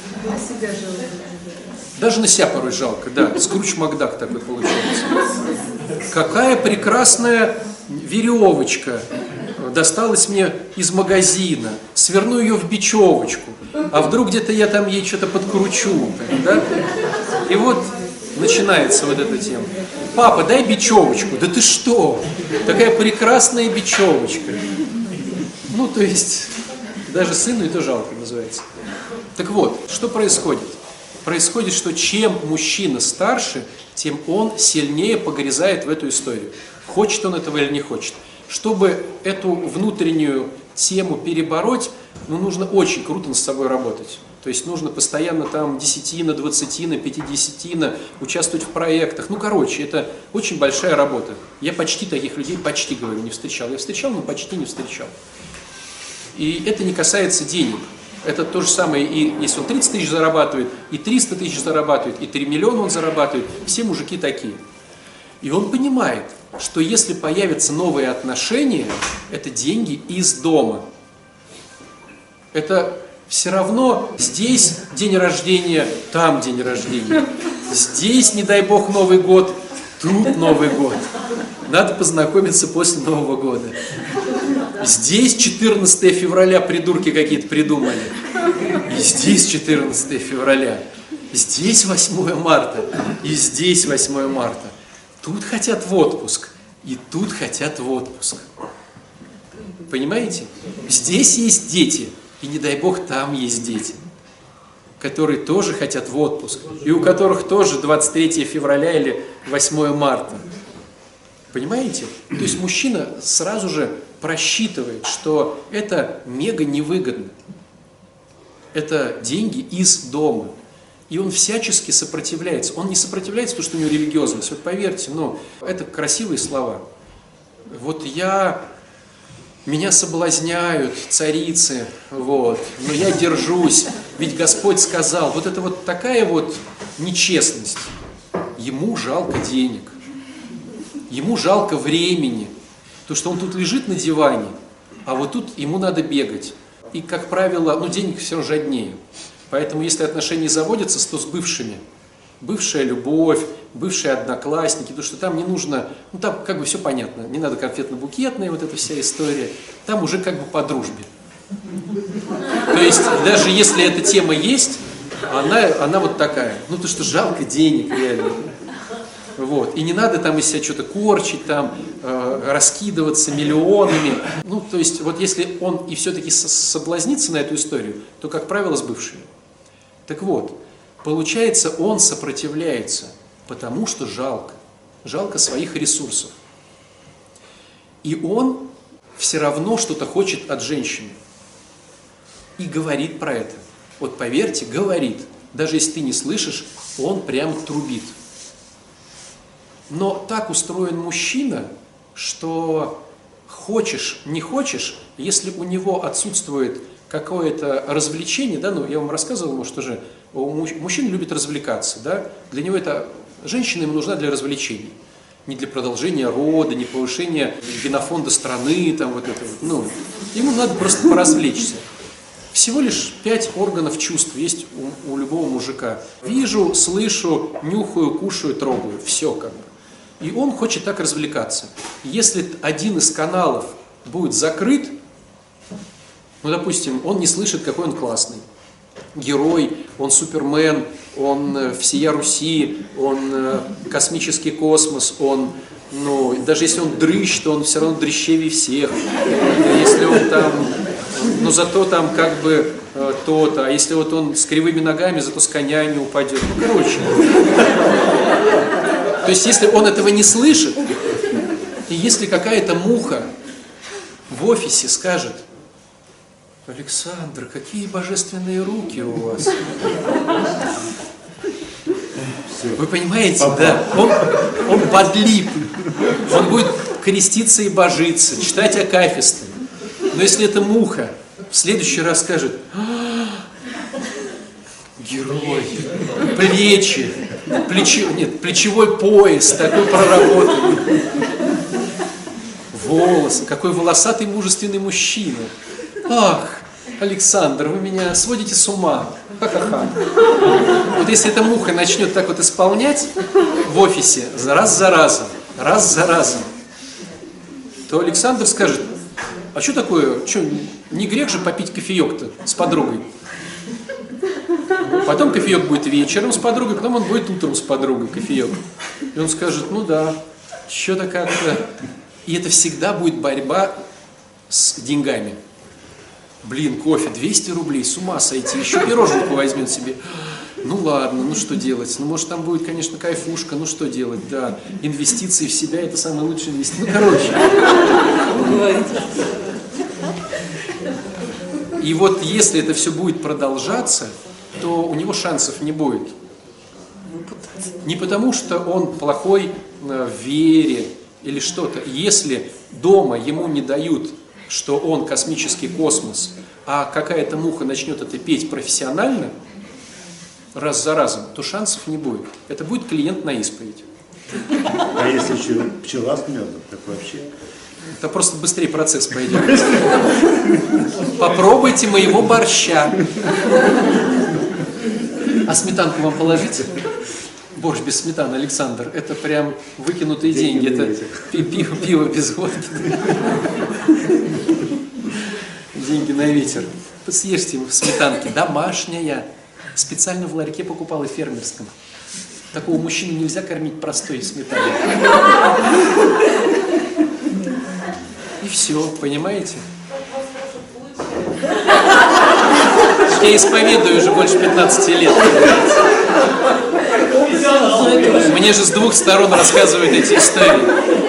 Даже на себя порой жалко, да. Скрудж Макдак такой получается. Какая прекрасная веревочка досталась мне из магазина. Сверну ее в бечевочку. А вдруг где-то я там ей что-то подкручу. Да? И вот начинается вот эта тема. Папа, дай бечевочку. Да ты что? Такая прекрасная бечевочка. Ну, то есть, даже сыну это жалко называется. Так вот, что происходит? Происходит, что чем мужчина старше, тем он сильнее погрязает в эту историю. Хочет он этого или не хочет. Чтобы эту внутреннюю тему перебороть, ну, нужно очень круто над собой работать. То есть нужно постоянно там десятина, двадцатина, пятидесятина участвовать в проектах. Ну, короче, это очень большая работа. Я почти таких людей, почти, говорю, не встречал. Я встречал, но почти не встречал. И это не касается денег. Это то же самое, и если он тридцать тысяч зарабатывает, и триста тысяч зарабатывает, и три миллиона он зарабатывает, все мужики такие. И он понимает, что если появятся новые отношения, это деньги из дома. Это все равно здесь день рождения, там день рождения. Здесь, не дай бог, Новый год, тут Новый год. Надо познакомиться после Нового года. Здесь четырнадцатое февраля придурки какие-то придумали. И здесь четырнадцатое февраля. Здесь восьмое марта. И здесь восьмое марта. Тут хотят в отпуск. И тут хотят в отпуск. Понимаете? Здесь есть дети. И не дай бог, там есть дети, которые тоже хотят в отпуск. И у которых тоже двадцать третье февраля или восьмое марта. Понимаете? То есть мужчина сразу же просчитывает, что это мега невыгодно. Это деньги из дома. И он всячески сопротивляется. Он не сопротивляется, потому что у него религиозность. Вот поверьте, ну, это красивые слова. Вот я... Меня соблазняют царицы, вот, но я держусь, ведь Господь сказал. Вот это вот такая вот нечестность. Ему жалко денег, ему жалко времени, то, что он тут лежит на диване, а вот тут ему надо бегать. И, как правило, ну, денег все равно жаднее. Поэтому, если отношения заводятся, то с бывшими. Бывшая любовь, бывшие одноклассники, потому что там не нужно, ну там как бы все понятно, не надо конфетно-букетная вот эта вся история, там уже как бы по дружбе. То есть даже если эта тема есть, она, она вот такая, ну то что жалко денег реально. Вот. И не надо там из себя что-то корчить, там, э, раскидываться миллионами. Ну то есть вот если он и все-таки соблазнится на эту историю, то как правило с бывшими. Так вот. Получается, он сопротивляется, потому что жалко. Жалко своих ресурсов. И он все равно что-то хочет от женщины. И говорит про это. Вот поверьте, говорит. Даже если ты не слышишь, он прям трубит. Но так устроен мужчина, что хочешь, не хочешь, если у него отсутствует какое-то развлечение, да, ну я вам рассказывал, может, уже, мужчина любит развлекаться, да, для него это, женщина ему нужна для развлечений, не для продолжения рода, не повышения генофонда страны, там вот это вот, ну, ему надо просто поразвлечься. Всего лишь пять органов чувств есть у, у любого мужика. Вижу, слышу, нюхаю, кушаю, трогаю, все как бы. И он хочет так развлекаться. Если один из каналов будет закрыт, ну, допустим, он не слышит, какой он классный. Герой, он супермен, он всея Руси, он космический космос, он, ну, даже если он дрыщ, то он все равно дрыщевее всех. Если он там, ну, зато там как бы то-то, а если вот он с кривыми ногами, зато с коня не упадет. Ну, короче. То есть, если он этого не слышит, и если какая-то муха в офисе скажет: Александр, какие божественные руки у вас. Вы понимаете, да? Он, он подлип. Он будет креститься и божиться, читать акафисты. Но если эта муха в следующий раз скажет: герой, плечи, плечи, нет, плечевой пояс такой проработанный, волосы, какой волосатый мужественный мужчина. Ах, Александр, вы меня сводите с ума. Ха-ха-ха. Вот если эта муха начнет так вот исполнять в офисе раз за разом, раз за разом, то Александр скажет: а что такое, что, не грех же попить кофеек-то с подругой? Потом кофеек будет вечером с подругой, потом он будет утром с подругой кофеек. И он скажет: ну да, что-то как-то... И это всегда будет борьба с деньгами. Блин, кофе, двести рублей, с ума сойти, еще пироженку возьмет себе. Ну ладно, ну что делать? Ну может там будет, конечно, кайфушка, ну что делать? Да, инвестиции в себя — это самые лучшие инвестиции. Ну короче. И вот если это все будет продолжаться, то у него шансов не будет. Не потому, что он плохой в вере или что-то. Если дома ему не дают, что он космический космос, а какая-то муха начнет это петь профессионально, раз за разом, то шансов не будет. Это будет клиент на исповедь. А если еще пчела с медом, так вообще? Это просто быстрее процесс пойдет. Попробуйте моего борща. А сметанку вам положите? Борщ без сметаны, Александр, это прям выкинутые деньги. деньги. Это пиво, пиво без водки. Деньги на ветер. Съешьте сметанки. Домашняя. Специально в ларьке покупала, фермерском. Такого мужчину нельзя кормить простой сметаной. И все, понимаете? Я исповедую уже больше пятнадцати лет. Мне же с двух сторон рассказывают эти истории.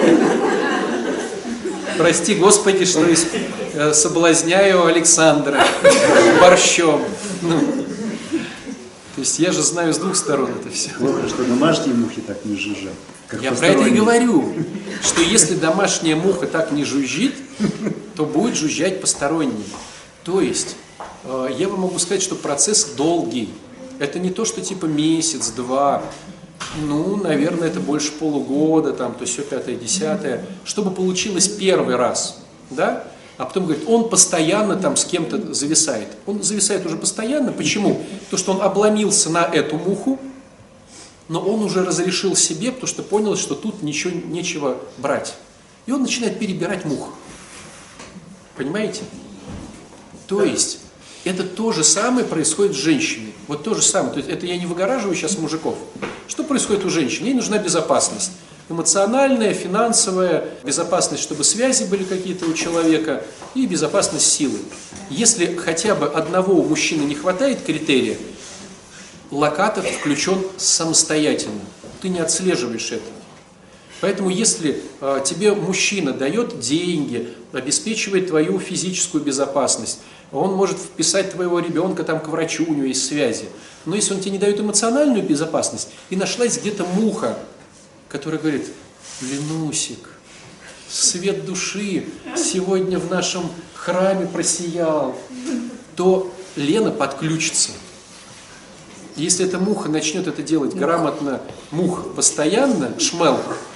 Прости, Господи, что соблазняю Александра борщом. Ну, то есть я же знаю с двух сторон это все. Плохо, что домашние мухи так не жужжат. Я про это и говорю, что если домашняя муха так не жужжит, то будет жужжать посторонний. То есть я вам могу сказать, что процесс долгий. Это не то, что типа месяц-два, ну, наверное, это больше полугода, там, то все пятое, десятое, чтобы получилось первый раз, да? А потом говорит, он постоянно там с кем-то зависает. Он зависает уже постоянно. Почему? Потому что он обломился на эту муху, но он уже разрешил себе, потому что понял, что тут ничего нечего брать. И он начинает перебирать мух. Понимаете? То есть это то же самое происходит с женщиной. Вот то же самое. То есть это я не выгораживаю сейчас мужиков. Что происходит у женщин? Ей нужна безопасность. Эмоциональная, финансовая, безопасность, чтобы связи были какие-то у человека, и безопасность силы. Если хотя бы одного у мужчины не хватает критерия, локатор включен самостоятельно. Ты не отслеживаешь это. Поэтому если э, тебе мужчина дает деньги, обеспечивает твою физическую безопасность, он может вписать твоего ребенка там к врачу, у него есть связи. Но если он тебе не дает эмоциональную безопасность, и нашлась где-то муха, которая говорит, Ленусик, свет души сегодня в нашем храме просиял, то Лена подключится. Если эта муха начнет это делать грамотно, мух постоянно, шмел,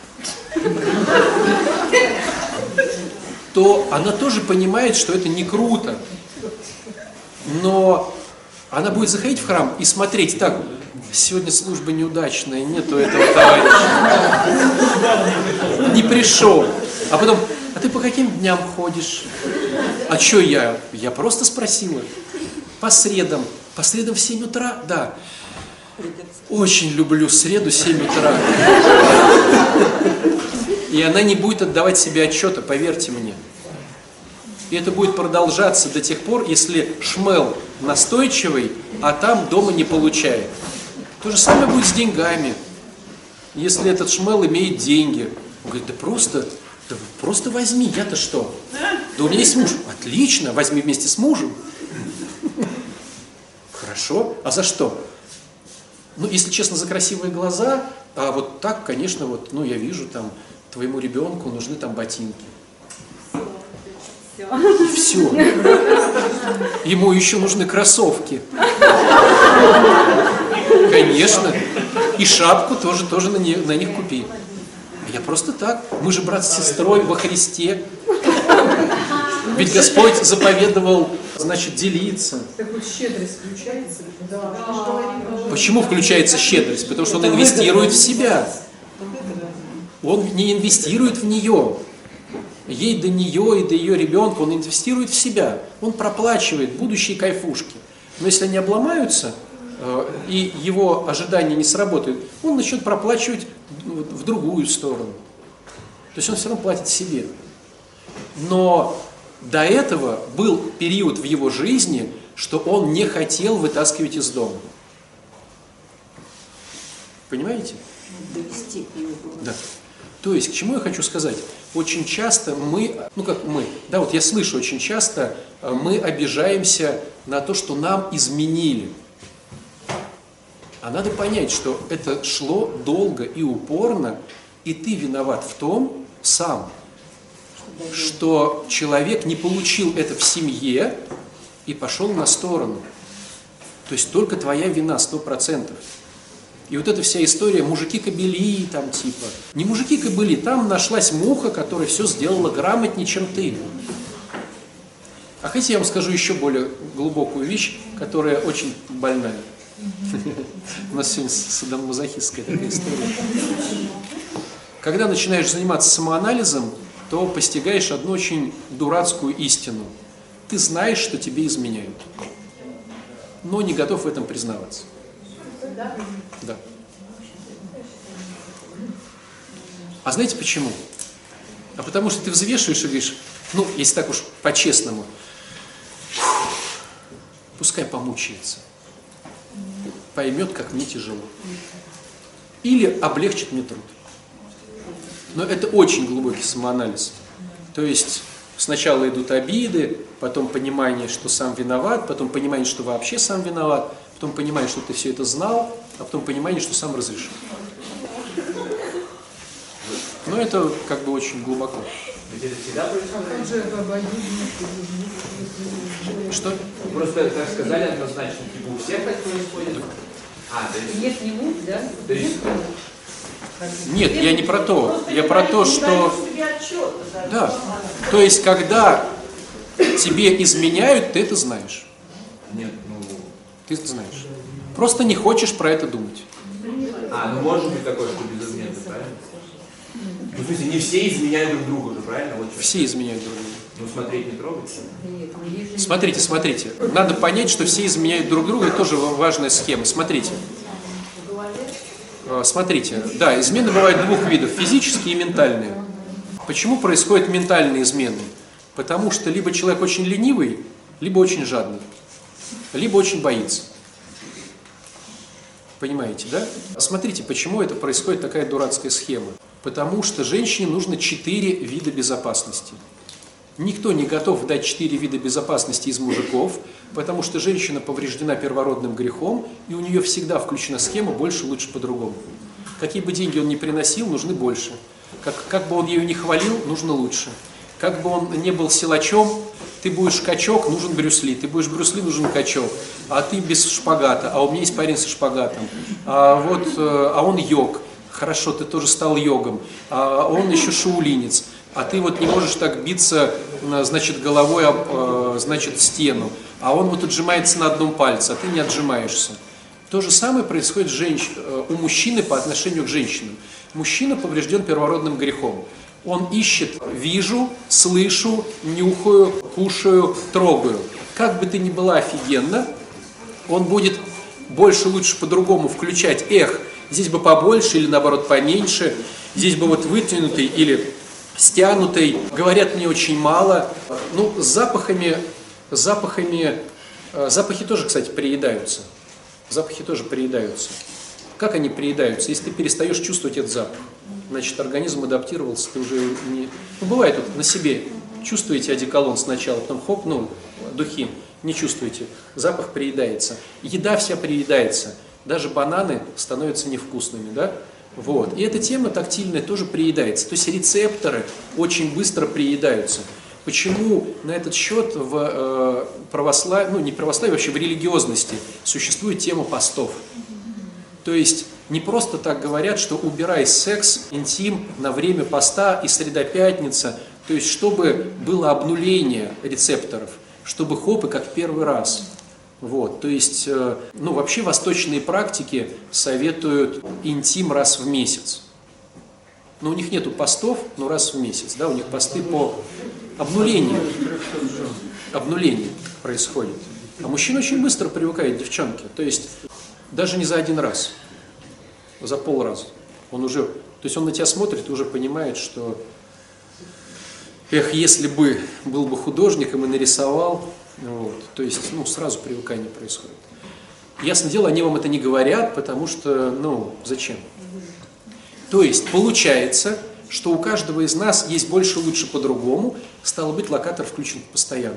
то она тоже понимает, что это не круто. Но она будет заходить в храм и смотреть так, сегодня служба неудачная, нету этого товарища. Не пришел. А потом, а ты по каким дням ходишь? А что я? Я просто спросила. По средам. По средам в семь утра? Да. Очень люблю среду семь утра. И она не будет отдавать себе отчета, поверьте мне. И это будет продолжаться до тех пор, если шмел настойчивый, а там дома не получает. То же самое будет с деньгами. если этот шмел имеет деньги. Он говорит, да просто, да просто возьми, я-то что? Да у меня есть муж. Отлично, возьми вместе с мужем. Хорошо, а за что? Ну, если честно, за красивые глаза, а вот так, конечно, вот, ну, я вижу, там, твоему ребенку нужны там ботинки. И все. Ему еще нужны кроссовки. Конечно. И шапку тоже, тоже на, не, на них купи. А я просто так. Мы же брат с сестрой во Христе. Ведь Господь заповедовал, значит, делиться. Так вот щедрость включается? Да. Почему включается щедрость? Потому что он инвестирует в себя. Он не инвестирует в нее. Ей до нее и до ее ребенка он инвестирует в себя. Он проплачивает будущие кайфушки. Но если они обломаются, э, и его ожидания не сработают, он начнет проплачивать в другую сторону. То есть он все равно платит себе. Но до этого был период в его жизни, что он не хотел вытаскивать из дома. Понимаете? Довести его. Да. То есть, к чему я хочу сказать? Очень часто мы, ну как мы, да, вот я слышу очень часто, мы обижаемся на то, что нам изменили. А надо понять, что это шло долго и упорно, и ты виноват в том сам, что человек не получил это в семье и пошел на сторону. То есть только твоя вина, сто процентов. И вот эта вся история мужики-кобели там типа. Не мужики-кобели, там нашлась муха, которая все сделала грамотнее, чем ты. А хотите, я вам скажу еще более глубокую вещь, которая очень больная. У нас сегодня садомазохистская такая история. Когда начинаешь заниматься самоанализом, то постигаешь одну очень дурацкую истину. Ты знаешь, что тебе изменяют, но не готов в этом признаваться. Да. А знаете почему? А потому что ты взвешиваешь и говоришь, ну, если так уж по-честному, пускай помучается, поймет, как мне тяжело. Или облегчит мне труд. Но это очень глубокий самоанализ. То есть сначала идут обиды, потом понимание, что сам виноват, потом понимание, что вообще сам виноват, потом понимание, что ты все это знал, а потом понимание, что сам разрешил. Но это как бы очень глубоко. Что? Просто так сказали однозначно, типа у всех так происходит. А, то есть... Нет, не муж, да? То есть... Нет, я не про то. Просто Я про то, не что... даешь себе отчета даже. Да. То есть, когда тебе изменяют, ты это знаешь. Нет, ну... Ты это знаешь. Просто не хочешь про это думать. А, ну может быть такое, что без измены, правильно? Ну, в смысле, не все изменяют друг другу же, правильно? Вот Все изменяют друг друга. ну, смотреть не трогать. Смотрите, смотрите. Надо понять, что все изменяют друг друга, это тоже важная схема. Смотрите. Смотрите, да, измены бывают двух видов, физические и ментальные. Почему происходят ментальные измены? Потому что либо человек очень ленивый, либо очень жадный, либо очень боится. Понимаете, да? Смотрите, почему это происходит такая дурацкая схема. Потому что женщине нужно четыре вида безопасности. Никто не готов дать четыре вида безопасности из мужиков, потому что женщина повреждена первородным грехом, и у нее всегда включена схема «больше, лучше, по-другому». Какие бы деньги он ни приносил, нужны больше. Как, как бы он ее не хвалил, нужно лучше. Как бы он не был силачом, ты будешь качок, нужен Брюс Ли. Ты будешь Брюс Ли, нужен качок. А ты без шпагата. А у меня есть парень со шпагатом. А, вот, а он йог. Хорошо, ты тоже стал йогом. А он еще шаулинец. А ты вот не можешь так биться, значит, головой об, значит, стену. А он вот отжимается на одном пальце, а ты не отжимаешься. То же самое происходит женщ... у мужчины по отношению к женщинам. Мужчина поврежден первородным грехом. Он ищет, вижу, слышу, нюхаю, кушаю, трогаю. Как бы ты ни была офигенно, он будет больше, лучше, по-другому включать. Эх, здесь бы побольше или наоборот поменьше, здесь бы вот вытянутый или стянутый. Говорят мне очень мало. Ну, с запахами, с запахами, запахи тоже, кстати, приедаются. Запахи тоже приедаются. Как они приедаются? Если ты перестаешь чувствовать этот запах, значит, организм адаптировался, ты уже не... Ну, бывает, вот на себе чувствуете одеколон сначала, потом хоп, ну, духи, не чувствуете, запах приедается. Еда вся приедается, даже бананы становятся невкусными, да? Вот. И эта тема тактильная тоже приедается. То есть рецепторы очень быстро приедаются. Почему на этот счет в э, православии, ну не православии, вообще в религиозности существует тема постов? То есть не просто так говорят, что убирай секс, интим на время поста и среда, пятница, то есть чтобы было обнуление рецепторов, чтобы хоп и как первый раз. Вот, то есть, э, ну вообще восточные практики советуют интим раз в месяц. Но у них нету постов, но раз в месяц, да, у них посты по обнулению. Обнуление происходит. А мужчина очень быстро привыкает к девчонке, то есть даже не за один раз, за полраза. Он уже, то есть он на тебя смотрит и уже понимает, что эх, если бы был бы художником и нарисовал, вот, то есть, ну, сразу привыкание происходит. Ясное дело, они вам это не говорят, потому что, ну, зачем? То есть, получается, что у каждого из нас есть больше, лучше, по-другому, стало быть, локатор включен постоянно.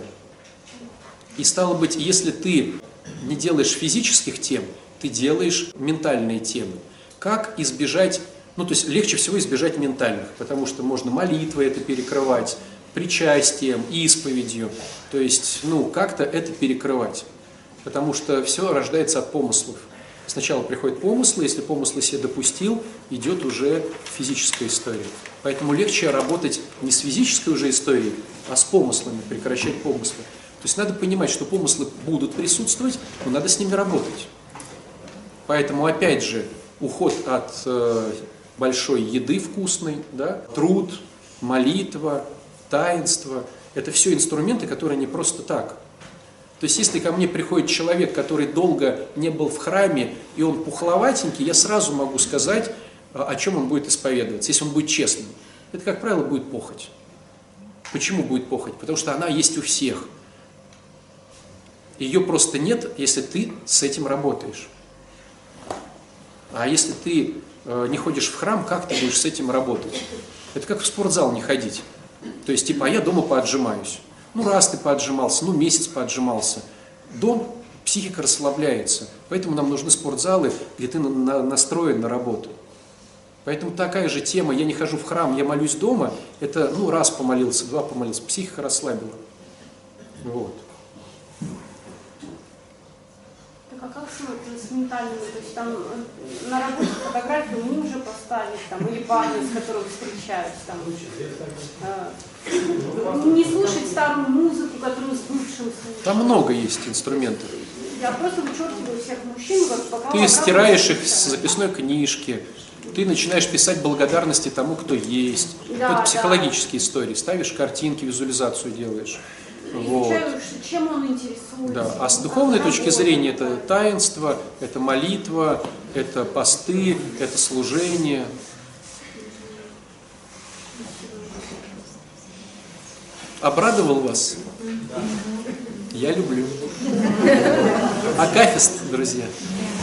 И стало быть, если ты не делаешь физических тем, ты делаешь ментальные темы. Как избежать, ну, то есть, легче всего избежать ментальных, потому что можно молитвой это перекрывать, причастием, исповедью, то есть, ну, как-то это перекрывать, потому что все рождается от помыслов. Сначала приходят помыслы, если помыслы себе допустил, идет уже физическая история. Поэтому легче работать не с физической уже историей, а с помыслами, прекращать помыслы. То есть надо понимать, что помыслы будут присутствовать, но надо с ними работать. Поэтому, опять же, уход от э, большой еды вкусной, да, труд, молитва, таинство – это все инструменты, которые не просто так. То есть, если ко мне приходит человек, который долго не был в храме, и он пухловатенький, я сразу могу сказать, о чем он будет исповедоваться, если он будет честным. Это, как правило, будет похоть. Почему будет похоть? Потому что она есть у всех. Ее просто нет, если ты с этим работаешь. А если ты э, не ходишь в храм, как ты будешь с этим работать? Это как в спортзал не ходить. То есть, типа, а я дома поотжимаюсь. Ну, раз ты поотжимался, ну, месяц поотжимался. Дом, психика расслабляется. Поэтому нам нужны спортзалы, где ты на, на, настроен на работу. Поэтому такая же тема, я не хожу в храм, я молюсь дома, это, ну, раз помолился, два помолился, психика расслабила. Вот. Так а как с, с ментальными? То есть там на работе фотографию мужа поставить, там, или парня, с которым встречаюсь, там, э, не слушать старую музыку, которую с бывшим слушаю. Там много есть инструментов. Я просто вычеркиваю всех мужчин, как пока... Ты стираешь их с записной книжки, ты начинаешь писать благодарности тому, кто есть. Да, это психологические да. истории. Ставишь картинки, визуализацию делаешь. Изучаю, Вот. чем он интересуется. Да. А с духовной точки зрения это таинство, это молитва, это посты, это служение. Обрадовал вас? Я люблю. Акафист, друзья.